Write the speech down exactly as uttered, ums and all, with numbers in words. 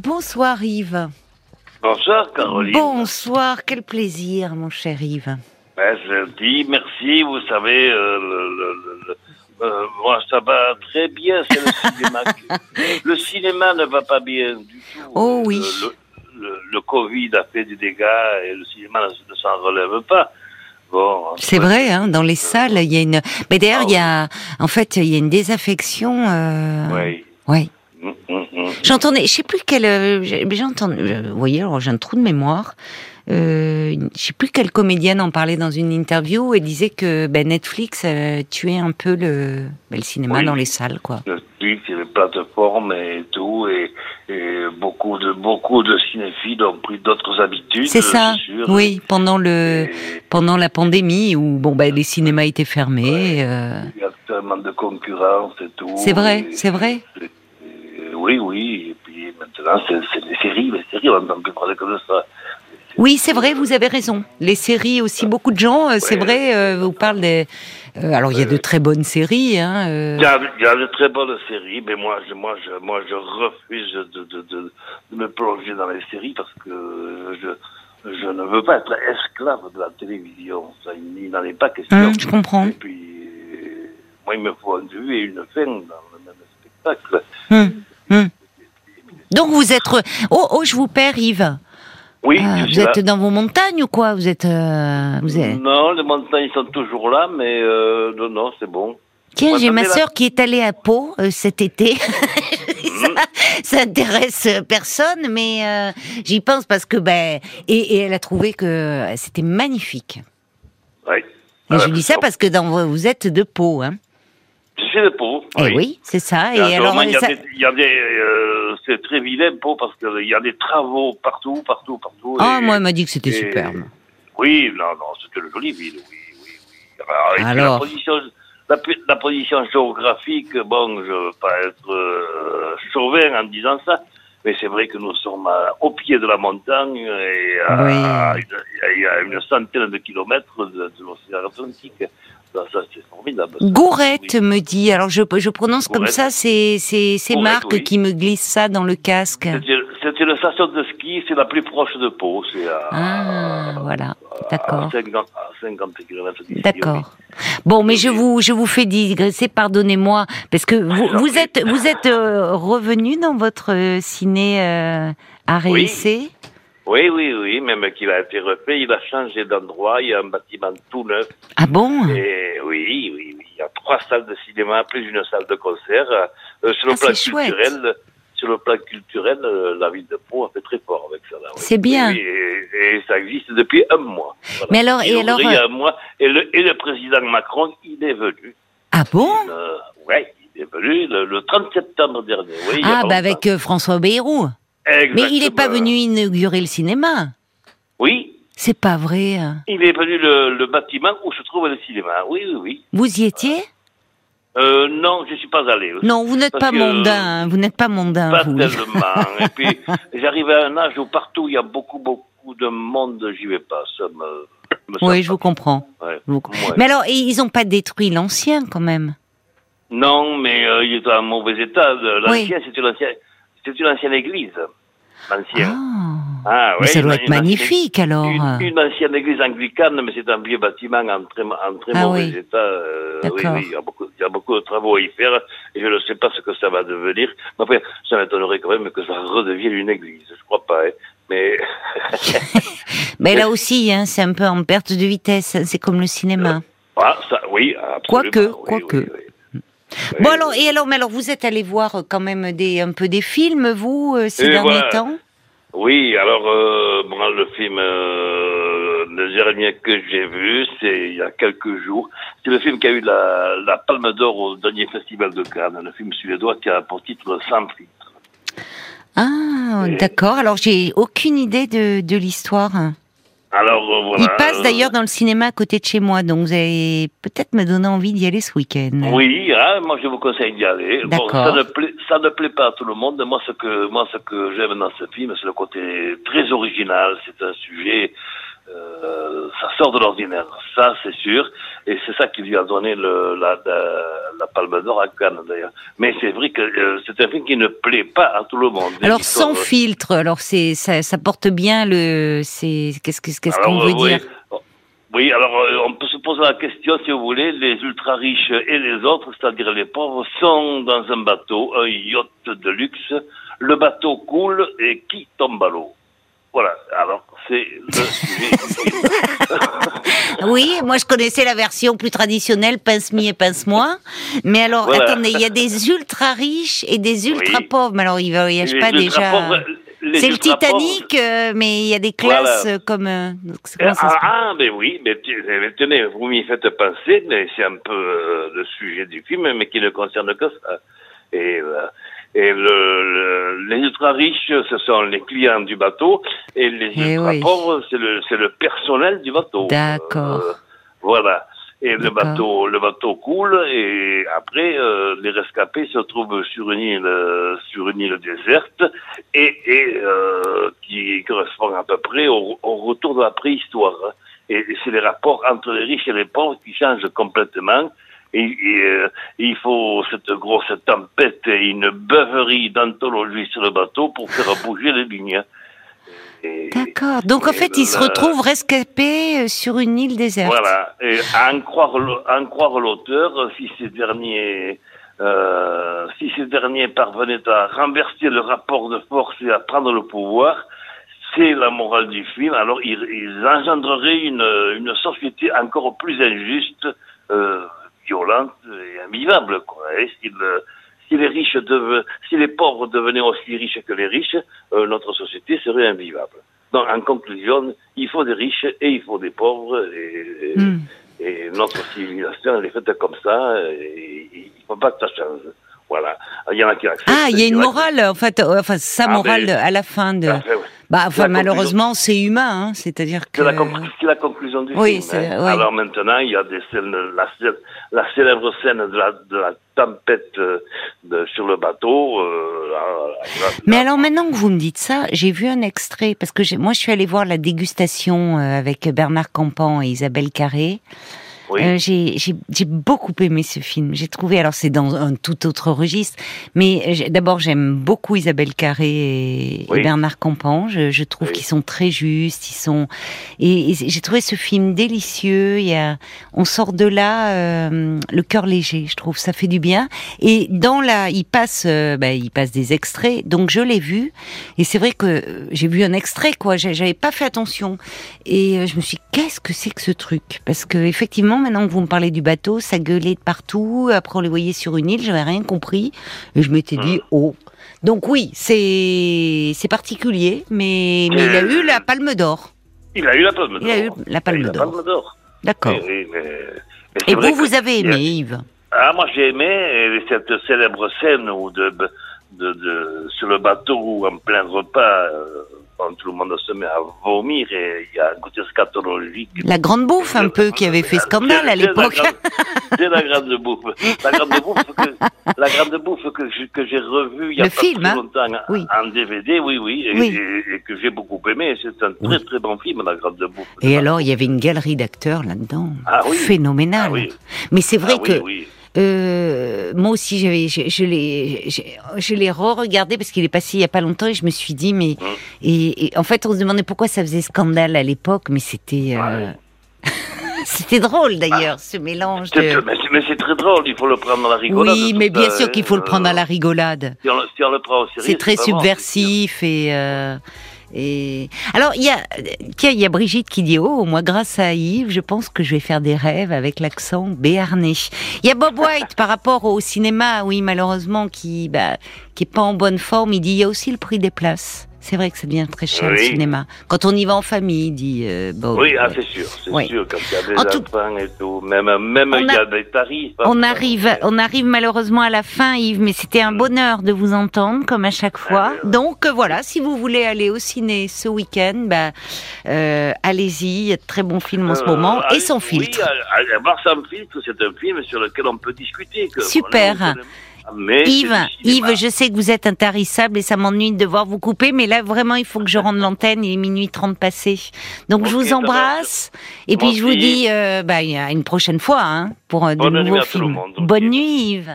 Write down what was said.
Bonsoir Yves. Bonsoir Caroline. Bonsoir, quel plaisir mon cher Yves. Ben, je dis merci, vous savez, euh, le, le, le, euh, moi ça va très bien, c'est le cinéma. Qui... Le cinéma ne va pas bien du tout. Oh oui. Le, le, le, le Covid a fait des dégâts et le cinéma ne, ne s'en relève pas. Bon, c'est vrai, hein, dans les salles, il y a une. Mais d'ailleurs, il y a, en fait, il y a une désaffection. Euh... Oui. Oui. Mmh, mmh, mmh. J'entendais, je sais plus quelle. Euh, j'entends. Euh, vous voyez, alors j'ai un trou de mémoire. Euh, je sais plus quelle comédienne en parlait dans une interview et disait que ben, Netflix euh, tuait un peu le, ben, le cinéma Oui. dans les salles, quoi. Netflix, les plateformes et tout, et, et beaucoup de beaucoup de cinéphiles ont pris d'autres habitudes. C'est ça. C'est sûr. Oui, pendant le et... pendant la pandémie où bon ben les cinémas étaient fermés. Ouais. Euh... Il y a tellement de concurrence et tout. C'est vrai, et, c'est vrai. Et, et, oui, oui. Et puis maintenant, c'est, c'est les séries, les séries, on n'entend plus parler que de ça. Oui, c'est vrai, vous avez raison. Les séries aussi, beaucoup de gens, euh, c'est ouais. vrai, euh, vous parlez des... Euh, alors, il y a de très bonnes séries. Hein, euh... il, y a, il y a de très bonnes séries, mais moi, je, moi, je, moi, je refuse de, de, de, de me plonger dans les séries parce que je, je ne veux pas être esclave de la télévision. Ça, il n'en est pas question. Hum, je comprends. Et puis, moi, il me faut un début et une fin dans le même spectacle. Hum, hum. Donc, vous êtes... Oh, oh, je vous perds, Yves. Oui, ah, vous êtes là. Dans vos montagnes ou quoi? Vous êtes, euh, vous êtes... Non, les montagnes sont toujours là, mais euh, non, non, c'est bon. Tiens, Moi, j'ai ma là... sœur qui est allée à Pau euh, cet été. ça, ça intéresse personne, mais euh, j'y pense parce que ben et, et elle a trouvé que c'était magnifique. Oui. Et ah, je dis ça bon. parce que dans vous êtes de Pau, hein. Je suis de Pau. Eh oui, oui, c'est ça. Et, et alors, il y a ça... des, il y a des euh, c'est très vilain Pau parce qu'il y a des travaux partout, partout, partout. Ah, et, moi, elle m'a dit que c'était et... superbe. Oui, non, non, c'était une jolie ville, oui, oui, oui. Alors, et alors... la position, la, la position géographique, bon, je veux pas être euh, chauvin en disant ça, mais c'est vrai que nous sommes à, au pied de la montagne et à, oui. à, une, à une centaine de kilomètres de, de l'océan Atlantique. Ça, ça, c'est formidable. Gourette oui. me dit, alors je, je prononce Gourette. Comme ça, c'est, c'est, c'est Gourette, Marc oui. qui me glisse ça dans le casque. C'était, c'était une station de ski, c'est la plus proche de Pau. C'est à, ah, à, voilà, d'accord. À cinquante, à cinquante kilomètres d'ici. D'accord. Bon, mais je vous, je vous fais digresser, pardonnez-moi, parce que vous, vous êtes, vous êtes euh, revenu dans votre ciné euh, arrêt oui. essai. Oui, oui, oui, même qu'il a été refait, il a changé d'endroit, il y a un bâtiment tout neuf. Ah bon? Et oui, oui, oui, il y a trois salles de cinéma, plus une salle de concert. Euh, sur le ah, plan c'est culturel, chouette. Sur le plan culturel, euh, la ville de Pau a fait très fort avec ça. Là, oui. C'est bien. Et, et, et ça existe depuis un mois. Voilà. Mais alors, il et alors, il y a un mois, et le, et le président Macron, il est venu. Ah bon? Euh, ouais, il est venu le, le trente septembre dernier. Oui, ah, bah avec euh, François Bayrou. Exactement. Mais il n'est pas venu inaugurer le cinéma. Oui. C'est pas vrai. Il est venu le, le bâtiment où se trouve le cinéma. Oui, oui, oui. Vous y étiez? euh, Non, je suis pas allé. Non, vous n'êtes pas que, mondain. Vous n'êtes pas mondain. Pas vous. tellement. Et puis, j'arrive à un âge où partout il y a beaucoup, beaucoup de monde. J'y vais pas. Ça me. me oui, je vous comprends. Ouais. Vous... Ouais. Mais alors, ils n'ont pas détruit l'ancien quand même? Non, mais euh, il est en mauvais état. L'ancien, oui. c'est une ancienne, c'est une ancienne église. L'ancien. Ah, ah mais ouais, ça doit une, être magnifique une, alors. Une, une ancienne église anglicane, mais c'est un vieux bâtiment en très, en très ah, mauvais oui. état. Euh, oui, oui, il y, a beaucoup, il y a beaucoup de travaux à y faire et je ne sais pas ce que ça va devenir. Mais après, ça m'étonnerait quand même que ça redevienne une église. Je crois pas, hein. Mais. mais là aussi, hein, c'est un peu en perte de vitesse. C'est comme le cinéma. Ah, ça, oui, absolument. Quoique, oui, quoique. Oui, oui. Oui. Bon alors et alors mais alors vous êtes allé voir quand même des un peu des films vous euh, ces et derniers voilà. temps? Oui, alors euh, bon, le film euh, le dernier que j'ai vu, c'est il y a quelques jours. C'est le film qui a eu la, la Palme d'Or au dernier festival de Cannes, le film suédois qui a pour titre Sans filtre. Ah et... d'accord. Alors j'ai aucune idée de de l'histoire. Alors euh, voilà. Il passe d'ailleurs dans le cinéma à côté de chez moi, donc vous allez peut-être me donner envie d'y aller ce week-end. Oui, hein, moi je vous conseille d'y aller. D'accord. Bon, ça ne plaît, ça ne plaît pas à tout le monde. Moi, ce que moi, ce que j'aime dans ce film, c'est le côté très original. C'est un sujet Euh, ça sort de l'ordinaire, ça c'est sûr, et c'est ça qui lui a donné le, la, la, la Palme d'Or à Cannes d'ailleurs. Mais c'est vrai que euh, c'est un film qui ne plaît pas à tout le monde. Alors sans euh... filtre, alors c'est ça, ça porte bien le, c'est qu'est-ce qu'est-ce qu'est-ce qu'on veut oui. dire? Oui, alors euh, on peut se poser la question, si vous voulez, les ultra riches et les autres, c'est-à-dire les pauvres, sont dans un bateau, un yacht de luxe. Le bateau coule et qui tombe à l'eau? Voilà, alors c'est le sujet. Oui, moi je connaissais la version plus traditionnelle, pince-mi et pince-moi. Mais alors, voilà. Attendez, il y a des ultra riches et des ultra oui. pauvres. Mais alors, il ne voyage pas déjà. Pauvres, c'est le Titanic, euh, mais il y a des classes voilà. comme. Euh, ah, ah, mais oui, mais, mais tenez, vous m'y faites penser, mais c'est un peu euh, le sujet du film, mais qui ne concerne que ça. Et. Euh, Et le, le, les ultra riches, ce sont les clients du bateau, et les et ultra oui. pauvres, c'est le, c'est le personnel du bateau. D'accord. Euh, voilà. Et le bateau, le bateau coule, et après, euh, les rescapés se trouvent sur une île, euh, sur une île déserte, et, et euh, qui correspond à peu près au, au retour de la préhistoire. Et, et c'est les rapports entre les riches et les pauvres qui changent complètement. Et, et euh, il faut cette grosse tempête et une beuverie d'anthologie sur le bateau pour faire bouger les lignes. Et, D'accord. Donc en fait, le, il se retrouve rescapé sur une île déserte. Voilà. Et à en croire, à en croire l'auteur, si ces derniers, euh, si ces derniers parvenaient à renverser le rapport de force et à prendre le pouvoir, c'est la morale du film. Alors ils, ils engendreraient une, une société encore plus injuste. Euh, violente et invivable, quoi. Et si, le, si les riches dev, si les pauvres devenaient aussi riches que les riches, euh, notre société serait invivable. Donc, en conclusion, il faut des riches et il faut des pauvres, et, et, mm. et notre civilisation, elle est faite comme ça, et il ne faut pas que ça change. Voilà. Il y en a qui acceptent. Ah, il y a une morale, en fait, enfin, sa morale ah, mais, à la fin de. Fait, ouais. Bah, enfin, malheureusement, c'est humain, hein, c'est-à-dire que. C'est la, conclu- c'est la conclusion du oui, film. Hein. Oui. Alors maintenant, il y a des scènes, la, la célèbre scène de la, de la tempête de, sur le bateau. Euh, la, la, Mais la... alors maintenant que vous me dites ça, j'ai vu un extrait parce que j'ai, moi, je suis allée voir la dégustation avec Bernard Campan et Isabelle Carré. Oui. Euh, j'ai, j'ai, j'ai beaucoup aimé ce film. J'ai trouvé, alors c'est dans un tout autre registre, mais j'ai, d'abord j'aime beaucoup Isabelle Carré et, oui. et Bernard Campan. Je, je trouve oui. qu'ils sont très justes. Ils sont et, et j'ai trouvé ce film délicieux. Il y a, on sort de là euh, le cœur léger. Je trouve ça fait du bien. Et dans la, il passe, euh, bah, il passe des extraits. Donc je l'ai vu et c'est vrai que j'ai vu un extrait quoi. J'avais pas fait attention et je me suis dit, qu'est-ce que c'est que ce truc? Parce que effectivement, maintenant que vous me parlez du bateau, ça gueulait de partout. Après, on les voyait sur une île, j'avais rien compris. Et je m'étais dit, oh. Donc oui, c'est, c'est particulier, mais, mais il a eu la Palme d'Or. Il a eu la Palme d'Or. Il a eu la Palme, d'or. La Palme d'Or. D'accord. Oui, oui, mais, mais et vous, vous avez aimé, Yves? Ah, moi, j'ai aimé cette célèbre scène où de, de, de, sur le bateau, où en plein repas, euh, quand tout le monde se met à vomir et il y a un côté scatologique. La grande bouffe un peu qui avait fait scandale à l'époque. C'est la grande bouffe. La grande bouffe que, la grande bouffe que, je, que j'ai revue il y a le pas film, très hein longtemps oui. en D V D, oui, oui, et, oui. et, et que j'ai beaucoup aimé. C'est un très oui. très bon film, La grande bouffe. Et alors, il y avait une galerie d'acteurs là-dedans. Ah, oui. Phénoménale. Ah, oui. Mais c'est vrai ah, que... Oui, oui. Euh, moi aussi, j'avais, je, je l'ai, je, je l'ai re-regardé parce qu'il est passé il y a pas longtemps et je me suis dit, mais mmh. et, et en fait, on se demandait pourquoi ça faisait scandale à l'époque, mais c'était, euh, ouais. c'était drôle d'ailleurs, ah, ce mélange. De... Mais, c'est, mais c'est très drôle, il faut le prendre dans la rigolade. Oui, mais bien sûr qu'il faut le prendre dans la rigolade. Si on, si on le prend au sérieux, c'est très c'est subversif bon, et. Euh, Et alors il y a il y a Brigitte qui dit oh moi grâce à Yves je pense que je vais faire des rêves avec l'accent béarnais. Il y a Bob White par rapport au cinéma oui malheureusement qui bah qui est pas en bonne forme, il dit il y a aussi le prix des places. C'est vrai que ça devient très cher oui. le cinéma. Quand on y va en famille, dit euh, Bob. Oui, ah, c'est sûr, c'est oui. sûr. Quand il y a des en enfants tout... et tout, même même il y a des tarifs. On arrive, ouais. on arrive malheureusement à la fin, Yves, mais c'était un bonheur de vous entendre comme à chaque fois. Ah, Donc euh, voilà, si vous voulez aller au ciné ce week-end, bah euh, allez-y. Il y a de très bons films en ce moment euh, et sans filtre. Oui, voir sans filtre, c'est un film sur lequel on peut discuter. Que Super. Mais Yves, Yves, je sais que vous êtes intarissable et ça m'ennuie de devoir vous couper, mais là vraiment il faut que je rende l'antenne, il est minuit trente passé. Donc okay, je vous embrasse et puis je vous dis euh, bah, à une prochaine fois hein, pour de nouveaux films. Bonne nuit Yves.